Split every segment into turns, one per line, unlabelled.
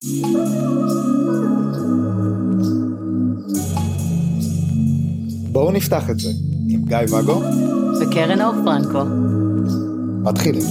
בואו נפתח את זה עם גיא וגו
וקרן אור פרנקו.
מתחילים.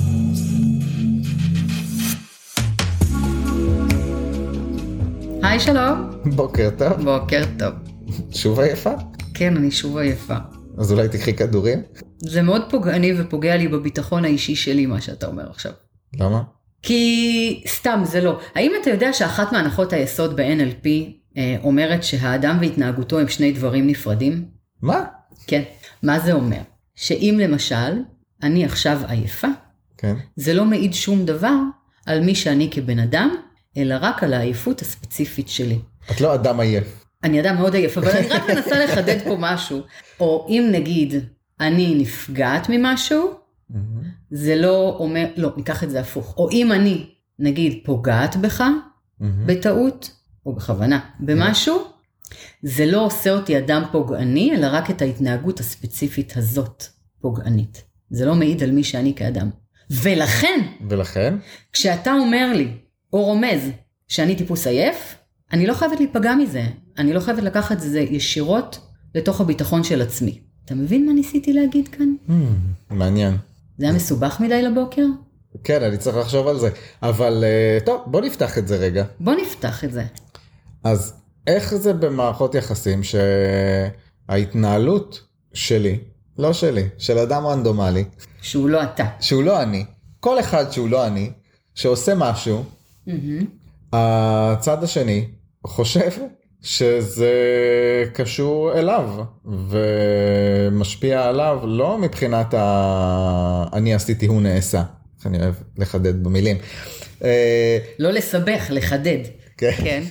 היי, שלום.
בוקר טוב.
בוקר טוב.
שוב עייפה?
כן, אני שוב עייפה.
אז אולי תקחי כדורים?
זה מאוד פוגעני ופוגע לי בביטחון האישי שלי, מה שאתה אומר עכשיו.
למה?
כי סתם, זה לא. האם אתה יודע שאחת מהנחות היסוד ב-NLP אומרת שהאדם והתנהגותו הם שני דברים נפרדים?
מה?
כן. מה זה אומר? שאם למשל, אני עכשיו עייפה,
כן.
זה לא מעיד שום דבר על מי שאני כבן אדם, אלא רק על העייפות הספציפית שלי.
את לא אדם עייף.
אני אדם מאוד עייף, אבל אני רק מנסה לחדד פה משהו. או אם נגיד, אני נפגעת ממשהו, זה לא אומר, לא, ניקח את זה הפוך. או אם אני, נגיד, פוגעת בך, בטעות, או בכוונה, במשהו, זה לא עושה אותי אדם פוגעני, אלא רק את ההתנהגות הספציפית הזאת פוגענית. זה לא מעיד על מי שאני כאדם. ולכן, כשאתה אומר לי, או רומז, שאני טיפוס עייף, אני לא חייבת להיפגע מזה. אני לא חייבת לקחת את זה ישירות לתוך הביטחון של עצמי. אתה מבין מה ניסיתי להגיד כאן?
מעניין.
זה היה מסובך מדי לבוקר?
כן, אני צריך לחשוב על זה. אבל טוב, בוא נפתח את זה רגע.
בוא נפתח את זה.
אז איך זה במערכות יחסים שההתנהלות שלי, לא שלי, של אדם רנדומלי,
שהוא לא אתה.
שהוא לא אני, כל אחד שהוא לא אני, שעושה משהו, הצד השני חושב שזה קשור אליו, ומשפיע עליו לא מבחינת אני עשיתי הוא נעשה. אני אוהב לחדד במילים.
לא לסבך, לחדד.
כן.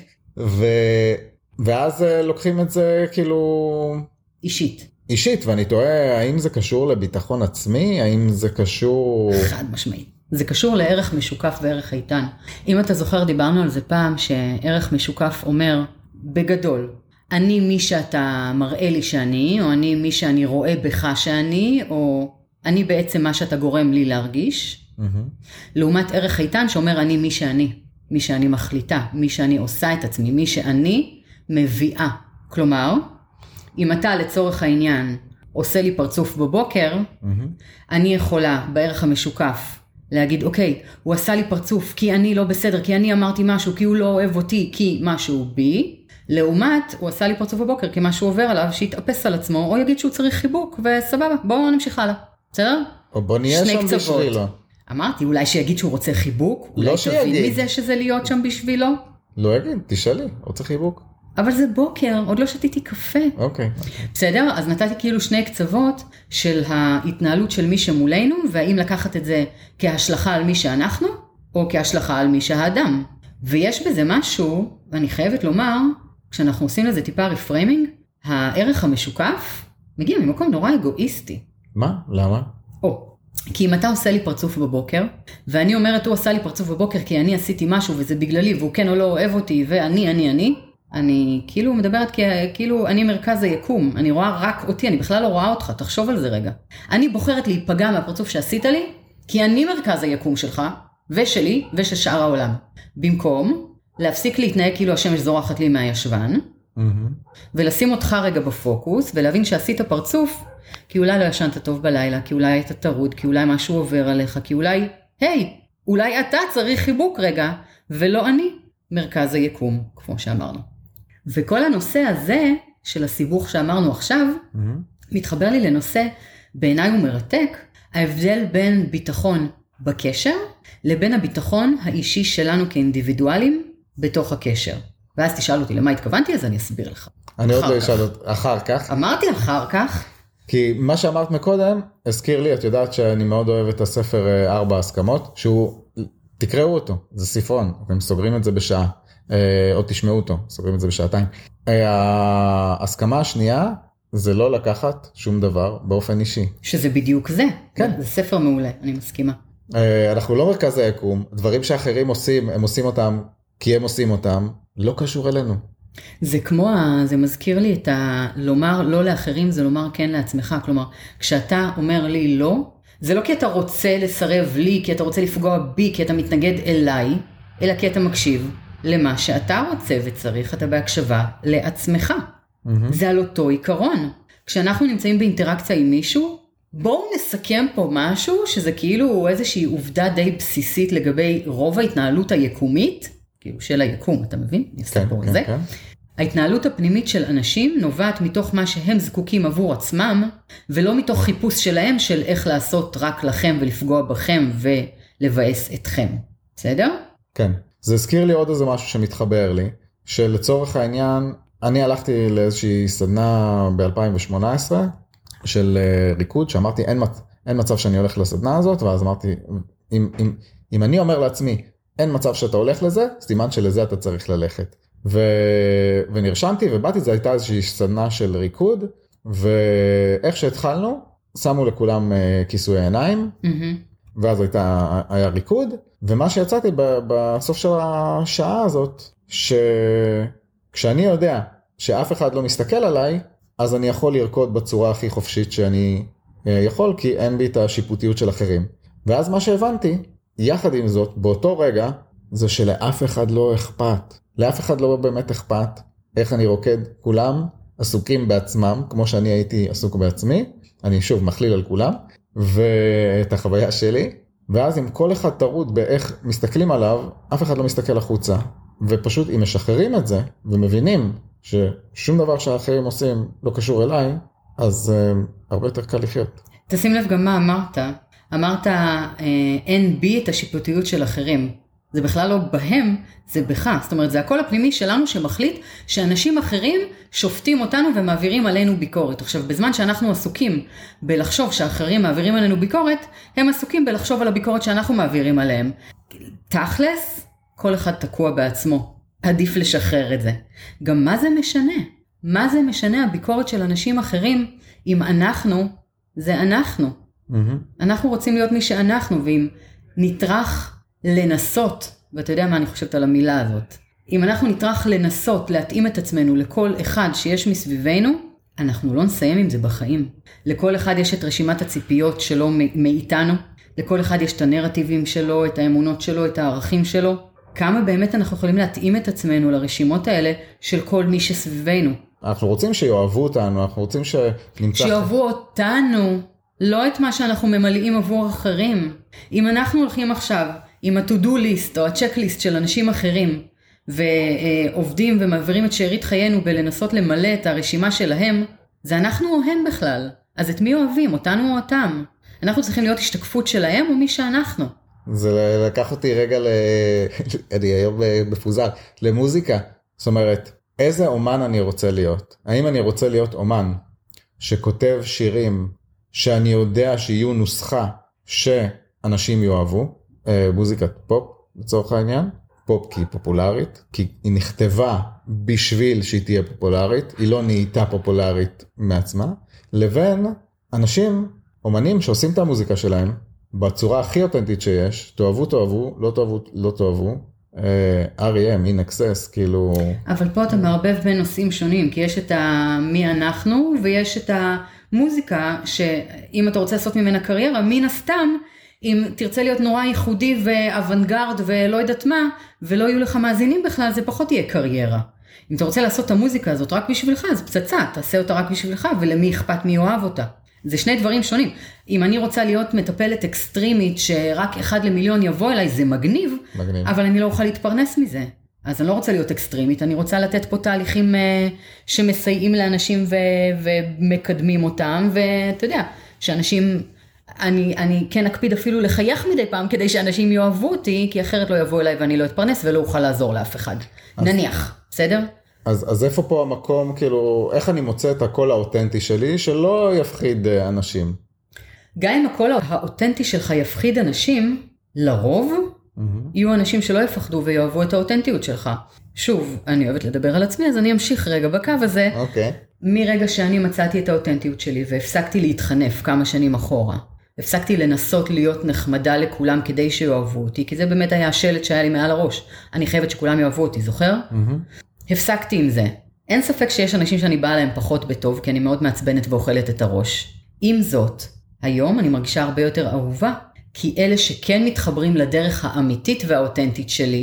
ואז לוקחים את זה כאילו אישית, ואני תוהה, האם זה קשור לביטחון עצמי? האם זה קשור...
חד משמעית. זה קשור לערך משוקף וערך איתן. אם אתה זוכר, דיברנו על זה פעם, שערך משוקף אומר, בגדול, אני מי שאתה מראה לי שאני, או אני מי שאני רואה בך שאני, או אני בעצם מה שאתה גורם לי להרגיש. לעומת ערך איתן שאומר, אני מי שאני, מי שאני מחליטה, מי שאני עושה את עצמי, מי שאני מביאה. כלומר, אם אתה לצורך העניין עושה לי פרצוף בבוקר, אני יכולה בערך המשוקף להגיד, אוקיי, הוא עשה לי פרצוף כי אני לא בסדר, כי אני אמרתי משהו, כי הוא לא אוהב אותי, כי משהו בי. לעומת, הוא עשה לי פרצוף בבוקר כי משהו עובר עליו, שיתאפס על עצמו, או יגיד שהוא צריך חיבוק, וסבבה, בואו נמשיך הלאה. בסדר?
או בוא נהיה שם בשבילו.
אמרתי, אולי שיגיד שהוא רוצה חיבוק, אולי תבין מזה שזה להיות שם בשבילו.
לא יגיד, תשאלי, רוצה חיבוק.
אבל זה בוקר, עוד לא שתיתי קפה.
אוקיי.
בסדר? אז נתתי כאילו שני קצוות של ההתנהלות של מי שמולנו, והאם לקחת את זה כהשלכה על מי שאנחנו, או כהשלכה על מי שהאדם. ויש בזה משהו, ואני חייבת לומר, כשאנחנו עושים לזה טיפה רפריימינג, הערך המשוקף מגיע ממקום נורא אגואיסטי.
מה? למה?
כי אם אתה עושה לי פרצוף בבוקר, ואני אומרת, הוא עשה לי פרצוף בבוקר כי אני עשיתי משהו וזה בגללי, והוא כן או לא אוהב אותי, אני כאילו מדברת כאילו אני מרכז היקום, אני רואה רק אותי, אני בכלל לא רואה אותך, תחשוב על זה רגע. אני בוחרת להיפגע מהפרצוף שעשית לי, כי אני מרכז היקום שלך, ושלי, ושל שאר העולם. במקום להפסיק להתנהג כאילו השמש זורחת לי מהישבן, ולשים אותך רגע בפוקוס, ולהבין שעשית פרצוף, כי אולי לא ישנת טוב בלילה, כי אולי היית טרוד, כי אולי משהו עובר עליך, כי אולי, אולי אתה צריך חיבוק רגע, ולא אני, מרכז היקום, כמו שאמרנו. וכל הנושא הזה, של הסיבוך שאמרנו עכשיו, מתחבר לי לנושא, בעיניי הוא מרתק, ההבדל בין ביטחון בקשר, לבין הביטחון האישי שלנו כאינדיבידואלים, בתוך הקשר. ואז תשאל אותי למה התכוונתי, אז אני אסביר לך.
אני עוד לא אשאל אותך, אחר כך.
אמרתי אחר כך.
כי מה שאמרת מקודם, הזכיר לי, את יודעת שאני מאוד אוהב את הספר 4 הסכמות, שהוא, תקראו אותו, זה ספרון, אתם סוגרים את זה בשעה, או תשמעו אותו, סוגרים את זה בשעתיים. ההסכמה השנייה, זה לא לקחת שום דבר באופן אישי.
שזה בדיוק זה.
כן.
זה ספר מעולה, אני מסכימה.
אנחנו לא מרכז היקום, דברים שאחרים עושים, הם עושים אותם, כי הם עושים אותם, לא קשור אלינו.
זה כמו, זה מזכיר לי את לומר לא לאחרים, זה לומר כן לעצמך. כלומר, כשאתה אומר לי לא, זה לא כי אתה רוצה לסרב לי, כי אתה רוצה לפגוע בי, כי אתה מתנגד אליי, אלא כי אתה מקשיב למה שאתה רוצה וצריך, אתה בהקשבה לעצמך. זה על אותו עיקרון. כשאנחנו נמצאים באינטראקציה עם מישהו, בואו נסכם פה משהו שזה כאילו איזושהי עובדה די בסיסית לגבי רוב ההתנהלות היקומית, כאילו של היקום, אתה מבין?
כן.
ההתנהלות הפנימית של אנשים נובעת מתוך מה שהם זקוקים עבור עצמם, ולא מתוך חיפוש שלהם של איך לעשות רק לכם ולפגוע בכם ולבאס אתכם. בסדר?
כן. זה הזכיר לי עוד איזה משהו שמתחבר לי, שלצורך העניין, אני הלכתי לאיזושהי סדנה ב-2018 של ריקוד, שאמרתי אין מצב שאני הולך לסדנה הזאת, ואז אמרתי, אם אני אומר לעצמי, אין מצב שאתה הולך לזה, סימן שלזה אתה צריך ללכת. ונרשמתי ובאתי, זה הייתה איזושהי סדנה של ריקוד, ואיך שהתחלנו, שמו לכולם כיסוי העיניים, ואז היה ריקוד, ומה שיצאתי בסוף של השעה הזאת, שכשאני יודע שאף אחד לא מסתכל עליי, אז אני יכול לרקוד בצורה הכי חופשית שאני יכול, כי אין בי את השיפוטיות של אחרים. ואז מה שהבנתי, יחד עם זאת, באותו רגע, זה שלאף אחד לא אכפת. לאף אחד לא באמת אכפת איך אני רוקד. כולם עסוקים בעצמם, כמו שאני הייתי עסוק בעצמי. אני שוב מכליל על כולם, ואת החוויה שלי. ואז אם כל אחד טרוד באיך מסתכלים עליו, אף אחד לא מסתכל החוצה. ופשוט אם משחררים את זה, ומבינים ששום דבר שהאחרים עושים לא קשור אליי, אז הרבה יותר קל לחיות.
תשים לב גם מה אמרת. אמרת, אין בי את השיפוטיות של אחרים. זה בכלל לא בהם, זה בך. זאת אומרת, זה הכל הפנימי שלנו שמחליט שאנשים אחרים שופטים אותנו ומעבירים עלינו ביקורת. עכשיו, בזמן שאנחנו עסוקים בלחשוב שאחרים מעבירים עלינו ביקורת, הם עסוקים בלחשוב על הביקורת שאנחנו מעבירים עליהם. תכלס, כל אחד תקוע בעצמו. עדיף לשחרר את זה. גם מה זה משנה? מה זה משנה הביקורת של אנשים אחרים אם אנחנו, זה אנחנו. אנחנו רוצים להיות מי שאנחנו, ואם נטרח לנסות, ואתה יודע מה אני חושבת על המילה הזאת, אם אנחנו נטרח לנסות להתאים את עצמנו לכל אחד שיש מסביבנו, אנחנו לא נסיים עם זה בחיים. לכל אחד יש את רשימת הציפיות שלו מאיתנו, לכל אחד יש את הנרטיבים שלו, את האמונות שלו, את הערכים שלו. כמה באמת אנחנו יכולים להתאים את עצמנו לרשימות האלה של כל מי שסביבנו. אנחנו
רוצים שיאהבו אותנו, אנחנו רוצים
שיאהבו אותנו, לא את מה שאנחנו ממלאים עבור אחרים. אם אנחנו הולכים עכשיו עם ה-to-do list או ה-checklist של אנשים אחרים, ועובדים ומעבירים את שארית חיינו בלנסות למלא את הרשימה שלהם, זה אנחנו או הם בכלל. אז את מי אוהבים, אותנו או אותם? אנחנו צריכים להיות השתקפות שלהם או מי שאנחנו.
זה לקח אותי רגע אני היום בפוזר, למוזיקה. זאת אומרת, איזה אומן אני רוצה להיות? האם אני רוצה להיות אומן שכותב שירים שאני יודע שיהיו נוסחה שאנשים יאהבו, מוזיקת פופ לצורך העניין, פופ כי היא פופולרית, כי היא נכתבה בשביל שהיא תהיה פופולרית, היא לא נהייתה פופולרית מעצמה, לבין אנשים, אומנים שעושים את המוזיקה שלהם, בצורה הכי אותנטית שיש, תאהבו, לא תאהבו, R.E.M, In Excess, כאילו...
אבל פה אתה מערבב בין נושאים שונים, כי יש את מי אנחנו, ויש את המוזיקה, שאם אתה רוצה לעשות ממנה קריירה, מן הסתם, אם תרצה להיות נורא ייחודי ואוונגרד ולא יודעת מה, ולא יהיו לך מאזינים בכלל, זה פחות יהיה קריירה. אם אתה רוצה לעשות את המוזיקה הזאת רק בשבילך, אז פצצה, תעשה אותה רק בשבילך, ולמי אכפת מי אוהב אותה. זה שני דברים שונים. אם אני רוצה להיות מטפלת אקסטרימית, שרק 1 למיליון יבוא אליי, זה מגניב, אבל אני לא אוכל להתפרנס מזה. אז אני לא רוצה להיות אקסטרימית, אני רוצה לתת פה תהליכים שמסייעים לאנשים ומקדמים אותם, ואתה יודע, שאנשים... אני כן אקפיד אפילו לחייך מדי פעם, כדי שאנשים יאהבו אותי, כי אחרת לא יבוא אליי ואני לא אתפרנס, ולא אוכל לעזור לאף אחד. נניח, בסדר?
אז איפה פה המקום, כאילו, איך אני מוצא את הקול האותנטי שלי, שלא יפחיד אנשים?
גם אם הקול האותנטי שלך יפחיד אנשים, לרוב, יהיו אנשים שלא יפחדו ויאהבו את האותנטיות שלך. שוב, אני אוהבת לדבר על עצמי, אז אני אמשיך רגע בקו הזה.
אוקיי.
מרגע שאני מצאתי את האותנטיות שלי, והפסקתי להתחנף כמה שנים אחורה. הפסקתי לנסות להיות נחמדה לכולם כדי שיאהבו אותי, כי זה באמת היה השלט שהיה לי מעל הראש. אני חייבת שכולם יאהבו אותי, זוכר? הפסקתי עם זה. אין ספק שיש אנשים שאני באה להם פחות בטוב, כי אני מאוד מעצבנת ואוכלת את הראש. עם זאת, היום אני מרגישה הרבה יותר אהובה, כי אלה שכן מתחברים לדרך האמיתית והאותנטית שלי,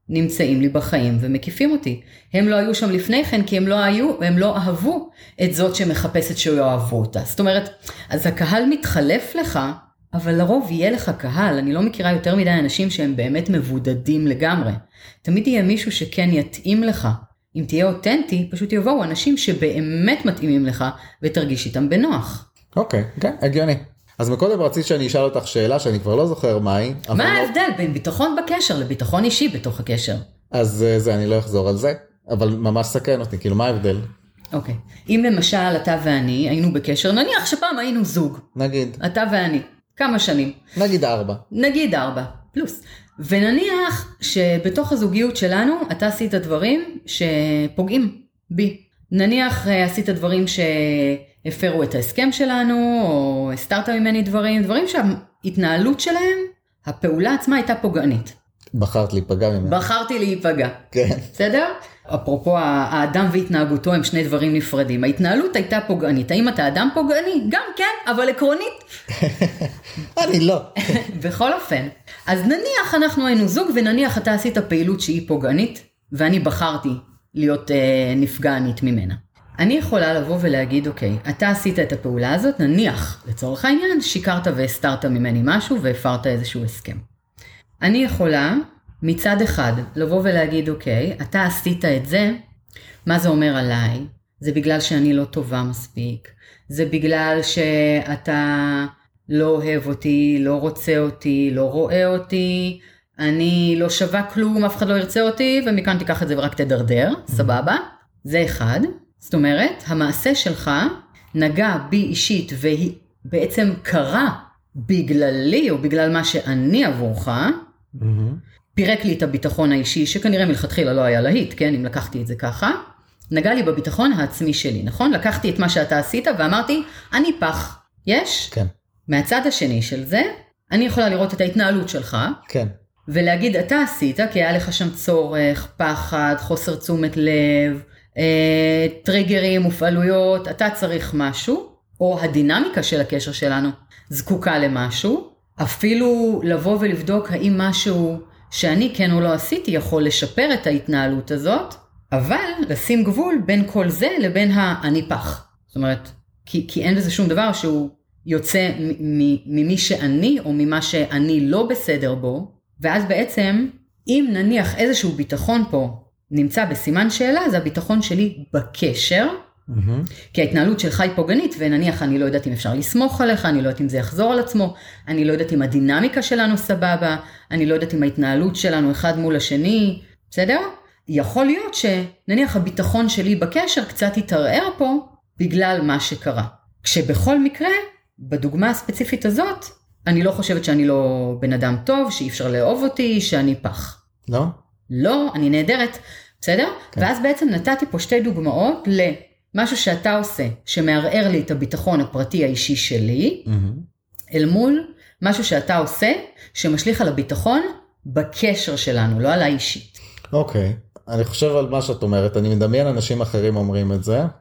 נמצאים לי בחיים ומקיפים אותי. הם לא היו שם לפני כן כי הם לא אהבו את זאת שמחפשת שיאהבו אותה. זאת אומרת, אז הקהל מתחלף לך, אבל לרוב יהיה לך קהל. אני לא מכירה יותר מדי אנשים שהם באמת מבודדים לגמרי. תמיד יהיה מישהו שכן יתאים לך. אם תהיה אותנטי, פשוט יבואו אנשים שבאמת מתאימים לך ותרגיש איתם בנוח.
אוקיי, כן, הגיוני. אז מקודם רצית שאני אשאל אותך שאלה שאני כבר לא זוכר מהי.
מה ההבדל בין ביטחון בקשר לביטחון אישי בתוך הקשר?
אז זה, אני לא אחזור על זה, אבל ממש סכן אותי, כאילו מה ההבדל?
אוקיי. אם למשל אתה ואני היינו בקשר, נניח שפעם היינו זוג.
נגיד.
אתה ואני. כמה שנים?
נגיד 4.
נגיד 4, פלוס. ונניח שבתוך הזוגיות שלנו אתה עשית דברים שפוגעים בי. נניח עשית דברים שהפרו את ההסכם שלנו, או הסתרת ממני דברים שההתנהלות שלהם, הפעולה עצמה הייתה פוגענית.
בחרת להיפגע ממנו.
בחרתי להיפגע.
כן.
בסדר? אפרופו האדם והתנהגותו הם שני דברים נפרדים. ההתנהלות הייתה פוגענית. האם אתה אדם פוגעני? גם כן, אבל עקרונית.
אני לא.
בכל אופן. אז נניח אנחנו היינו זוג, ונניח אתה עשית פעילות שהיא פוגענית, ואני בחרתי להיות נפגענית ממנה. אני יכולה לבוא ולהגיד, אוקיי, אתה עשית את הפעולה הזאת, נניח, לצורך העניין, שיקרת והסתרת ממני משהו, והפרת איזשהו הסכם. אני יכולה, מצד אחד, לבוא ולהגיד, אוקיי, אתה עשית את זה, מה זה אומר עליי? זה בגלל שאני לא טובה מספיק. זה בגלל שאתה לא אוהב אותי, לא רוצה אותי, לא רואה אותי, אני לא שווה כלום, אף אחד לא ירצה אותי, ומכאן תיקח את זה ורק תדרדר, סבבה? זה אחד. זאת אומרת, המעשה שלך נגע בי אישית, והיא בעצם קרה בגללי, או בגלל מה שאני עבורך, פירק לי את הביטחון האישי, שכנראה מלכתחילה לא היה להיט, כן? אם לקחתי את זה ככה, נגע לי בביטחון העצמי שלי, נכון? לקחתי את מה שאתה עשית ואמרתי, אני פח. יש?
כן.
מהצד השני של זה, אני יכולה לראות את ההתנהלות שלך,
כן.
ולהגיד, אתה עשית, כי היה לך שם צורך, פחד, חוסר תשומת לב, טריגרים, מופעלויות, אתה צריך משהו, או הדינמיקה של הקשר שלנו זקוקה למשהו, אפילו לבוא ולבדוק האם משהו שאני כן או לא עשיתי יכול לשפר את ההתנהלות הזאת, אבל לשים גבול בין כל זה לבין אני פח. זאת אומרת, כי אין בזה שום דבר שהוא יוצא ממי שאני או ממה שאני לא בסדר בו, ואז בעצם אם נניח איזשהו ביטחון פה נמצא בסימן שאלה, זה הביטחון שלי בקשר, כי ההתנהלות שלך היא פוגענית, ונניח אני לא יודעת אם אפשר לסמוך עליך, אני לא יודעת אם זה יחזור על עצמו, אני לא יודעת אם הדינמיקה שלנו סבבה, אני לא יודעת אם ההתנהלות שלנו אחד מול השני, בסדר? יכול להיות שנניח הביטחון שלי בקשר קצת יתערער פה, בגלל מה שקרה. כשבכל מקרה, בדוגמה הספציפית הזאת, אני לא חושבת שאני לא בן אדם טוב, שאי אפשר לאהוב אותי, שאני פח.
לא?
לא, אני נהדרת, בסדר? כן. ואז בעצם נתתי פה שתי דוגמאות למשהו שאתה עושה, שמערער לי את הביטחון הפרטי האישי שלי, אל מול משהו שאתה עושה, שמשליך על הביטחון בקשר שלנו, לא על האישית.
אוקיי, אני חושב על מה שאת אומרת, אני מדמיין אנשים אחרים אומרים את זה,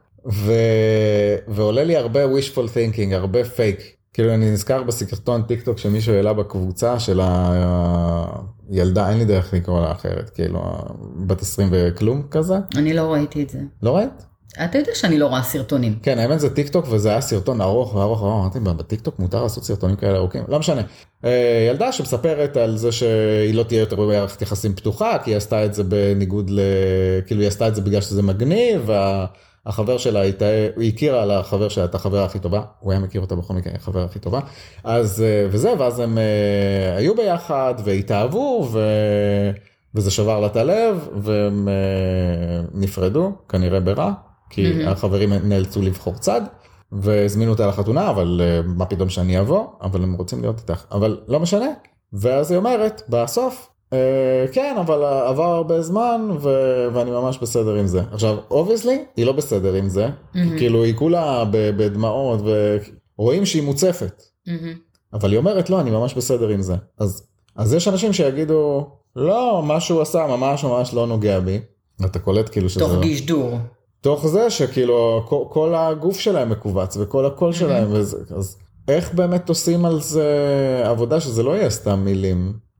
ועולה לי הרבה wishful thinking, הרבה fake. כאילו אני נזכר בסרטון טיק טוק שמישהו העלה בקבוצה של הילדה, אין לי דרך לקרוא לה אחרת, כאילו בת 20 וכלום כזה.
אני לא ראיתי את זה.
לא ראית?
אתה יודע שאני לא רואה סרטונים.
כן, האמת זה טיק טוק וזה היה סרטון ארוך וארוך, אמרתי, בטיק טוק מותר לעשות סרטונים כאלה ארוכים, לא משנה. ילדה שמספרת על זה שהיא לא תהיה יותר במערכת יחסים פתוחה, כי היא עשתה את זה בניגוד כאילו היא עשתה את זה בגלל שזה מגניב, החבר שלה, היא הכירה על החבר שלה, את החברה הכי טובה, הוא היה מכיר אותה בכל מקרה, החברה הכי טובה, אז וזה, ואז הם היו ביחד והתאהבו, וזה שבר לה את הלב, והם נפרדו, כנראה ברע, כי החברים נאלצו לבחור צד, והזמינו אותה לחתונה, אבל מה פתאום שאני אבוא, אבל הם רוצים להיות איתך, אבל לא משנה, ואז היא אומרת, בסוף, כן, אבל עבר הרבה זמן, ואני ממש בסדר עם זה. עכשיו, obviously, היא לא בסדר עם זה, כאילו היא כולה בדמעות, ורואים שהיא מוצפת, אבל היא אומרת, לא, אני ממש בסדר עם זה. אז יש אנשים שיגידו, לא, מה שהוא עשה ממש ממש לא נוגע בי, ואתה קולט כאילו שזה...
תוך גשדור.
תוך זה שכאילו כל הגוף שלהם מקובץ, וכל הקול שלהם, אז איך באמת עושים על זה עבודה שזה לא יהיה סתם מילים?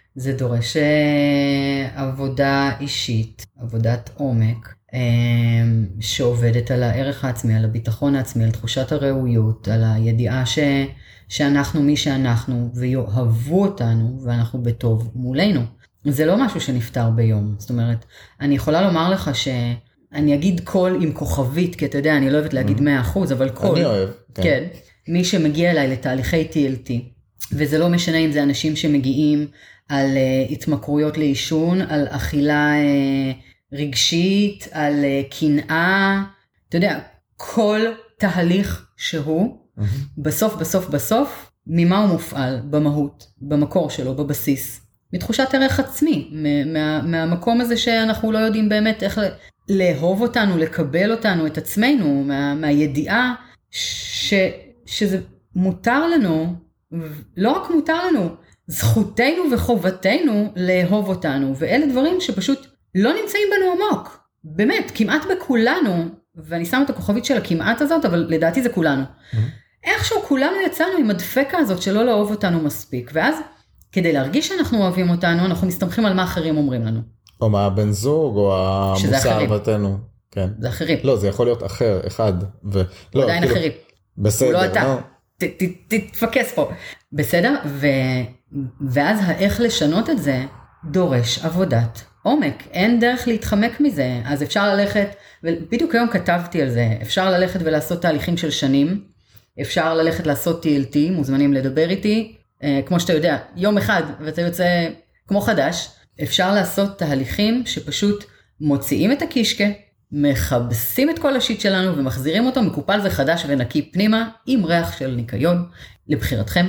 זה דורש עבודה אישית, עבודת עומק, שעובדת על הערך העצמי, על הביטחון העצמי, על תחושת הראויות, על הידיעה שאנחנו מי שאנחנו, ויאהבו אותנו, ואנחנו בטוב מולנו. זה לא משהו שנפטר ביום. זאת אומרת, אני יכולה לומר לך שאני אגיד קול עם כוכבית, כי אתה יודע, אני לא אוהבת להגיד 100%, אבל קול.
אני אוהב.
כן. מי שמגיע אליי לתהליכי TLT, וזה לא משנה אם זה אנשים שמגיעים על התמכרויות לעישון, על אכילה רגשית, על קנאה, אתה יודע, כל תהליך שהוא, בסוף, ממה הוא מופעל? במהות, במקור שלו, בבסיס. מתחושת ערך עצמי, מהמקום הזה שאנחנו לא יודעים באמת איך לאהוב אותנו, לקבל אותנו, את עצמנו, מהידיעה שזה מותר לנו, לא רק מותר לנו, זכותנו וחובתנו לאהוב אותנו, ואלה דברים שפשוט לא נמצאים בנו עמוק. באמת, כמעט בכולנו, ואני שמה את הכוכבית של הכמעט הזאת, אבל לדעתי זה כולנו. איכשהו כולנו יצאנו עם הדפקה הזאת שלא לאהוב אותנו מספיק, ואז כדי להרגיש שאנחנו אוהבים אותנו, אנחנו מסתמכים על מה אחרים אומרים לנו.
או מה הבן זוג, או המוסר אהבתנו. כן.
זה אחרים.
לא, זה יכול להיות אחר, אחד.
לא, עדיין כאילו, אחרים.
בסדר.
הוא לא אתה. תתפקס פה. בסדר? ואז איך לשנות את זה דורש עבודת עומק. אין דרך להתחמק מזה. אז אפשר ללכת, ובדיוק היום כתבתי על זה, אפשר ללכת ולעשות תהליכים של שנים, אפשר ללכת לעשות TLT, מוזמנים לדבר איתי, כמו שאתה יודע, יום אחד, ואתה יוצא כמו חדש, אפשר לעשות תהליכים שפשוט מוציאים את הקישקה, מחבסים את כל השיט שלנו, ומחזירים אותו מקופל זה חדש ונקי פנימה, עם ריח של ניקיון, לבחירתכם,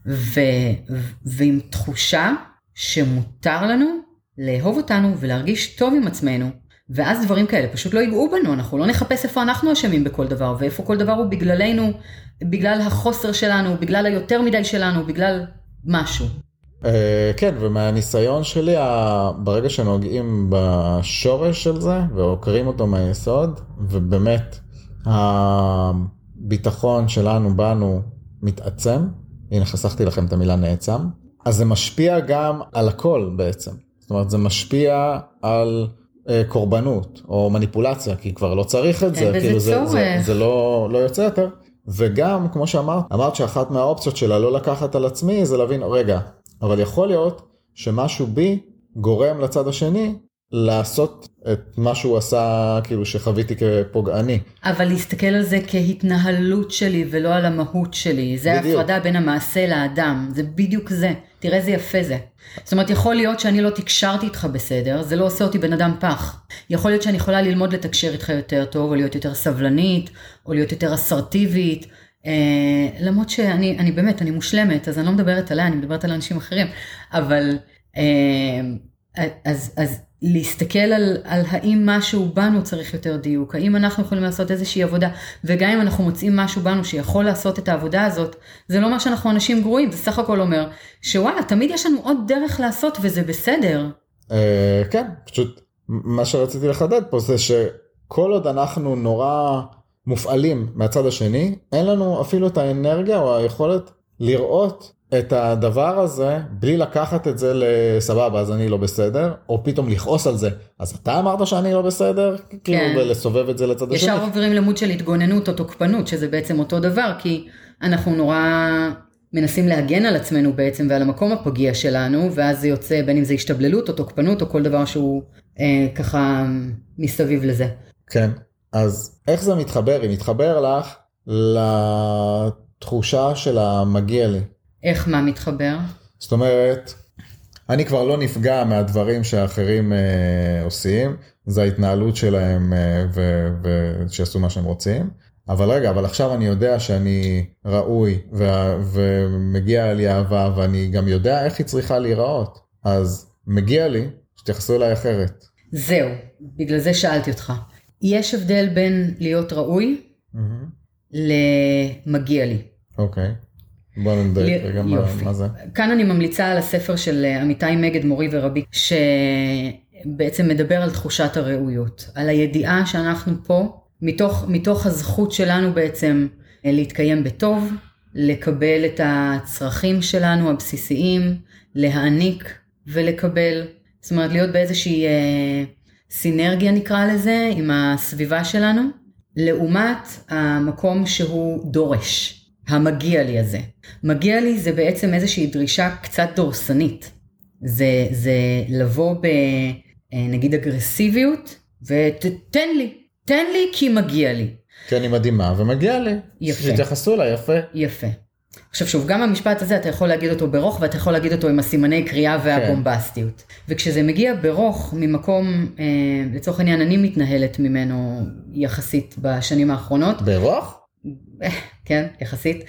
ועם תחושה שמותר לנו לאהוב אותנו, ולהרגיש טוב עם עצמנו, ואז דברים כאלה פשוט לא ייגעו בנו, אנחנו לא נחפש איפה אנחנו אשמים בכל דבר, ואיפה כל דבר הוא בגללנו, בגלל החוסר שלנו, בגלל היותר מדי שלנו, בגלל משהו.
כן, ומהניסיון שלי, ברגע שנוגעים בשורש של זה, ועוקרים אותו מהיסוד, ובאמת הביטחון שלנו בנו מתעצם, הנה חסכתי לכם את המילה נעצם, אז זה משפיע גם על הכל בעצם. זאת אומרת, זה משפיע על קורבנות או מניפולציה, כי כבר לא צריך את זה, כאילו זה לא יוצא יותר. וגם, כמו אמרת שאחת מהאופציות שלה לא לקחת על עצמי, זה להבין, רגע, אבל יכול להיות שמשהו בי גורם לצד השני לעשות את מה שהוא עשה, כאילו שחוויתי כפוגעני.
אבל להסתכל על זה כהתנהלות שלי ולא על המהות שלי. זה ההפרדה בין המעשה לאדם. זה בדיוק זה. תראה זה יפה זה. זאת אומרת, יכול להיות שאני לא תקשרתי איתך בסדר, זה לא עושה אותי בן אדם פח. יכול להיות שאני יכולה ללמוד לתקשר איתך יותר טוב, או להיות יותר סבלנית, או להיות יותר אסרטיבית, למרות שאני באמת, אני מושלמת, אז אני לא מדברת עליה, אני מדברת על אנשים אחרים, אבל אז להסתכל על האם משהו בנו צריך יותר דיוק, האם אנחנו יכולים לעשות איזושהי עבודה, וגם אם אנחנו מוצאים משהו בנו שיכול לעשות את העבודה הזאת, זה לא אומר שאנחנו אנשים גרועים, זה סך הכל אומר שוואלה, תמיד יש לנו עוד דרך לעשות וזה בסדר.
כן, פשוט מה שרציתי לחדד פה זה שכל עוד אנחנו נורא מופעלים מהצד השני, אין לנו אפילו את האנרגיה או היכולת לראות את הדבר הזה, בלי לקחת את זה לסבבה, אז אני לא בסדר, או פתאום לכעוס על זה, אז אתה אמרת שאני לא בסדר, כאילו, ולסובב את זה לצד השני.
ישר עוברים למוד של התגוננות או תוקפנות, שזה בעצם אותו דבר, כי אנחנו נורא מנסים להגן על עצמנו בעצם, ועל המקום הפגיע שלנו, ואז זה יוצא בין אם זה השתבללות או תוקפנות, או כל דבר שהוא ככה מסביב לזה.
כן, אז איך זה מתחבר? היא מתחבר לך לתחושה של המגיע לי.
איך מה מתחבר?
זאת אומרת, אני כבר לא נפגע מהדברים שאחרים עושים, זה ההתנהלות שלהם ושיעשו מה שהם רוצים, אבל רגע, אבל עכשיו אני יודע שאני ראוי ומגיע לי אהבה, ואני גם יודע איך היא צריכה להיראות, אז מגיע לי שתייחסו אליי אחרת.
זהו, בגלל זה שאלתי אותך. יש הבדל בין להיות ראוי למגיע לי.
אוקיי. בוא נדייק רגע מה זה.
כאן אני ממליצה על הספר של אמיתי מגד, מורי ורבי, שבעצם מדבר על תחושת הראויות, על הידיעה שאנחנו פה, מתוך הזכות שלנו בעצם להתקיים בטוב, לקבל את הצרכים שלנו הבסיסיים, להעניק ולקבל, זאת אומרת להיות באיזושהי סינרגיה נקרא לזה, עם הסביבה שלנו, לעומת המקום שהוא דורש, המגיע לי הזה. מגיע לי זה בעצם איזושהי דרישה קצת דורסנית. זה לבוא נגיד אגרסיביות, ותתן לי, תן לי כי מגיע לי.
כי אני מדהימה ומגיע לי.
יפה.
שתייחסו לה, יפה.
יפה. עכשיו שוב, גם המשפט הזה אתה יכול להגיד אותו ברוך, ואתה יכול להגיד אותו עם הסימני קריאה והבומבסטיות. וכשזה מגיע ברוך ממקום, לצורך העניין אני מתנהלת ממנו יחסית בשנים האחרונות.
ברוך?
כן, יחסית.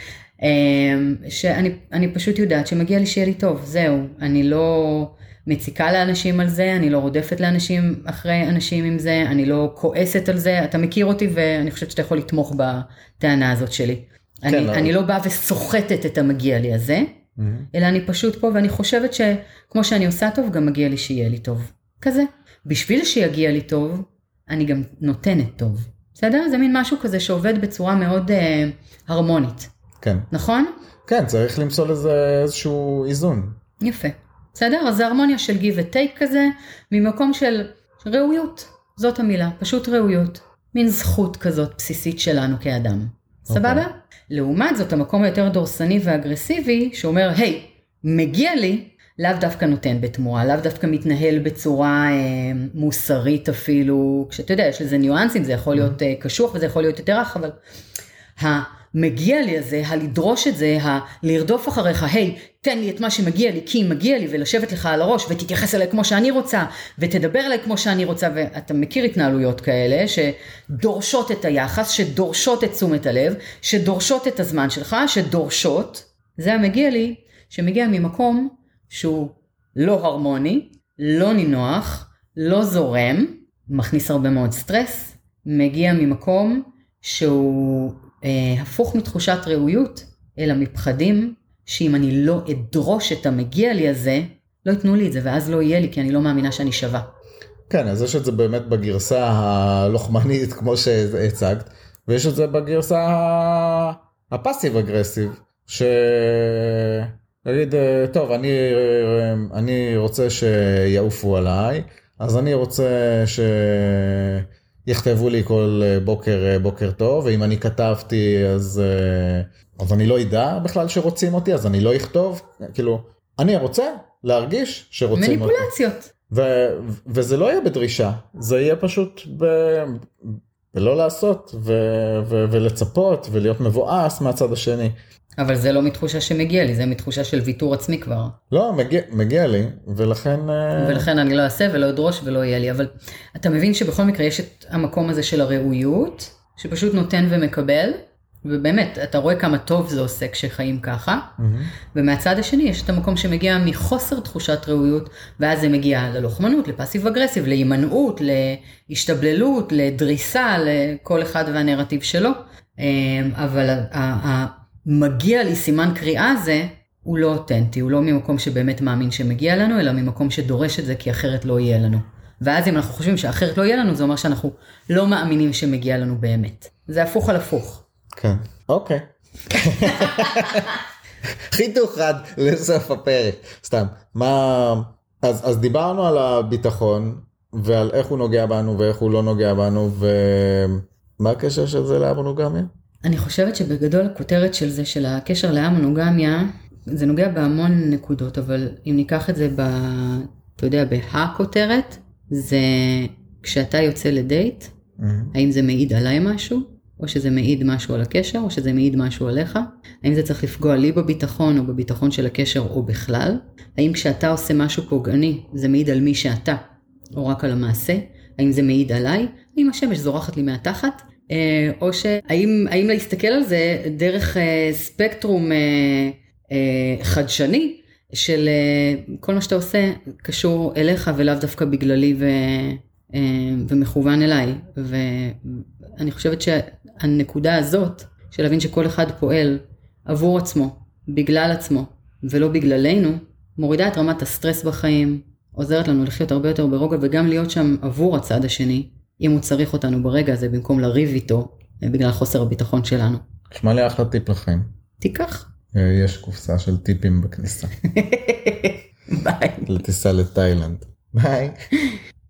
שאני פשוט יודעת שמגיע לי שיהיה לי טוב, זהו. אני לא מציקה לאנשים על זה, אני לא רודפת לאנשים אחרי אנשים עם זה, אני לא כועסת על זה, אתה מכיר אותי ואני חושבת שאתה יכול לתמוך בטענה הזאת שלי. אני לא באה וסוחטת את המגיע לי הזה, אלא אני פשוט פה ואני חושבת שכמו שאני עושה טוב, גם מגיע לי שיהיה לי טוב. כזה. בשביל שיגיע לי טוב, אני גם נותנת טוב. בסדר? זה מין משהו כזה שעובד בצורה מאוד הרמונית.
כן.
נכון?
כן, צריך למצוא לזה איזשהו איזון.
יפה. בסדר? אז זה הרמוניה של give and take כזה, ממקום של ראויות. זאת המילה, פשוט ראויות. מין זכות כזאת בסיסית שלנו כאדם. סבבה? לעומת זאת, המקום היותר דורסני ואגרסיבי, שאומר, היי, מגיע לי, לאו דווקא נותן בתמורה, לאו דווקא מתנהל בצורה מוסרית אפילו, כשאתה יודע, יש לזה ניואנסים, זה יכול להיות קשוח וזה יכול להיות יותר רך, אבל המגיע לי הזה, הלדרוש את זה, לרדוף אחריך, היי, תן לי את מה שמגיע לי, כי מגיע לי, ולשבת לך על הראש, ותתייחס אליי כמו שאני רוצה, ותדבר אליי כמו שאני רוצה, ואתה מכיר התנהלויות כאלה, שדורשות את היחס, שדורשות את תשומת הלב, שדורשות את הזמן שלך, שדורשות, זה המגיע לי, שמגיע ממקום שהוא לא הרמוני, לא נינוח, לא זורם, מכניס הרבה מאוד סטרס, מגיע ממקום שהוא הפוך מתחושת ראויות, אלא מפחדים שאם אני לא אדרוש את המגיע לי הזה, לא יתנו לי את זה, ואז לא יהיה לי, כי אני לא מאמינה שאני שווה.
כן, אז יש את זה באמת בגרסה הלוחמנית, כמו שהצגת, ויש את זה בגרסה הפסיב אגרסיב, להגיד, טוב, אני רוצה שיעופו עליי, אז אני רוצה יכתבו לי כל בוקר טוב, ואם אני כתבתי, אז אני לא ידע בכלל שרוצים אותי, אז אני לא יכתוב, כאילו, אני רוצה להרגיש שרוצים אותי.
מניפולציות.
וזה לא יהיה בדרישה, זה יהיה פשוט ולא לעשות, ולצפות, ולהיות מבואס מהצד השני.
אבל זה לא מתחושה שמגיע לי, זה מתחושה של ויתור עצמי כבר.
לא, מגיע לי, ולכן...
ולכן אני לא אעשה ולא אדרוש ולא יהיה לי, אבל אתה מבין שבכל מקרה יש את המקום הזה של הראויות, שפשוט נותן ומקבל, ובאמת, אתה רואה כמה טוב זה עושה כשחיים ככה, ומהצד השני יש את המקום שמגיע מחוסר תחושת ראויות, ואז זה מגיע ללוחמנות, לפסיב אגרסיב, להימנעות, להשתבללות, לדריסה, לכל אחד והנרטיב שלו, אבל מגיע לי סימן קריאה הזה, הוא לא אותנטי, הוא לא ממקום שבאמת מאמין שמגיע לנו, אלא ממקום שדורש את זה, כי אחרת לא יהיה לנו. ואז אם אנחנו חושבים שאחרת לא יהיה לנו, זה אומר שאנחנו לא מאמינים שמגיע לנו באמת. זה הפוך על הפוך.
כן, אוקיי. חיתוך חד לסוף הפרק. סתם, אז דיברנו על הביטחון, ועל איך הוא נוגע בנו, ואיך הוא לא נוגע בנו, ומה הקשר של זה להמונוגמיה?
אני חושבת שבגדול הכותרת של זה, של הקשר להמונוגמיה, זה נוגע בהמון נקודות, אבל אם ניקח את זה אתה יודע, בהכותרת, זה כשאתה יוצא לדייט, האם זה מעיד עליי משהו, או שזה מעיד משהו על הקשר, או שזה מעיד משהו עליך, האם זה צריך לפגוע לי בביטחון, או בביטחון של הקשר, או בכלל, האם כשאתה עושה משהו פוגעני, זה מעיד על מי שאתה, או רק על המעשה, האם זה מעיד עליי, האם השמש זורחת לי מהתחת, או שהאם להסתכל על זה דרך ספקטרום חדשני, של כל מה שאתה עושה קשור אליך ולאו דווקא בגללי ומכוון אליי. ואני חושבת שהנקודה הזאת, של להבין שכל אחד פועל עבור עצמו, בגלל עצמו ולא בגללנו, מורידה את רמת הסטרס בחיים, עוזרת לנו לחיות הרבה יותר ברוגע וגם להיות שם עבור הצד השני, אם הוא צריך אותנו ברגע הזה במקום לריב איתו בגלל חוסר הביטחון שלנו.
נשמע לי אחלה טיפ לחיים.
תיקח.
יש קופסה של טיפים בכניסה.
ביי.
לטיסה לתאילנד. ביי.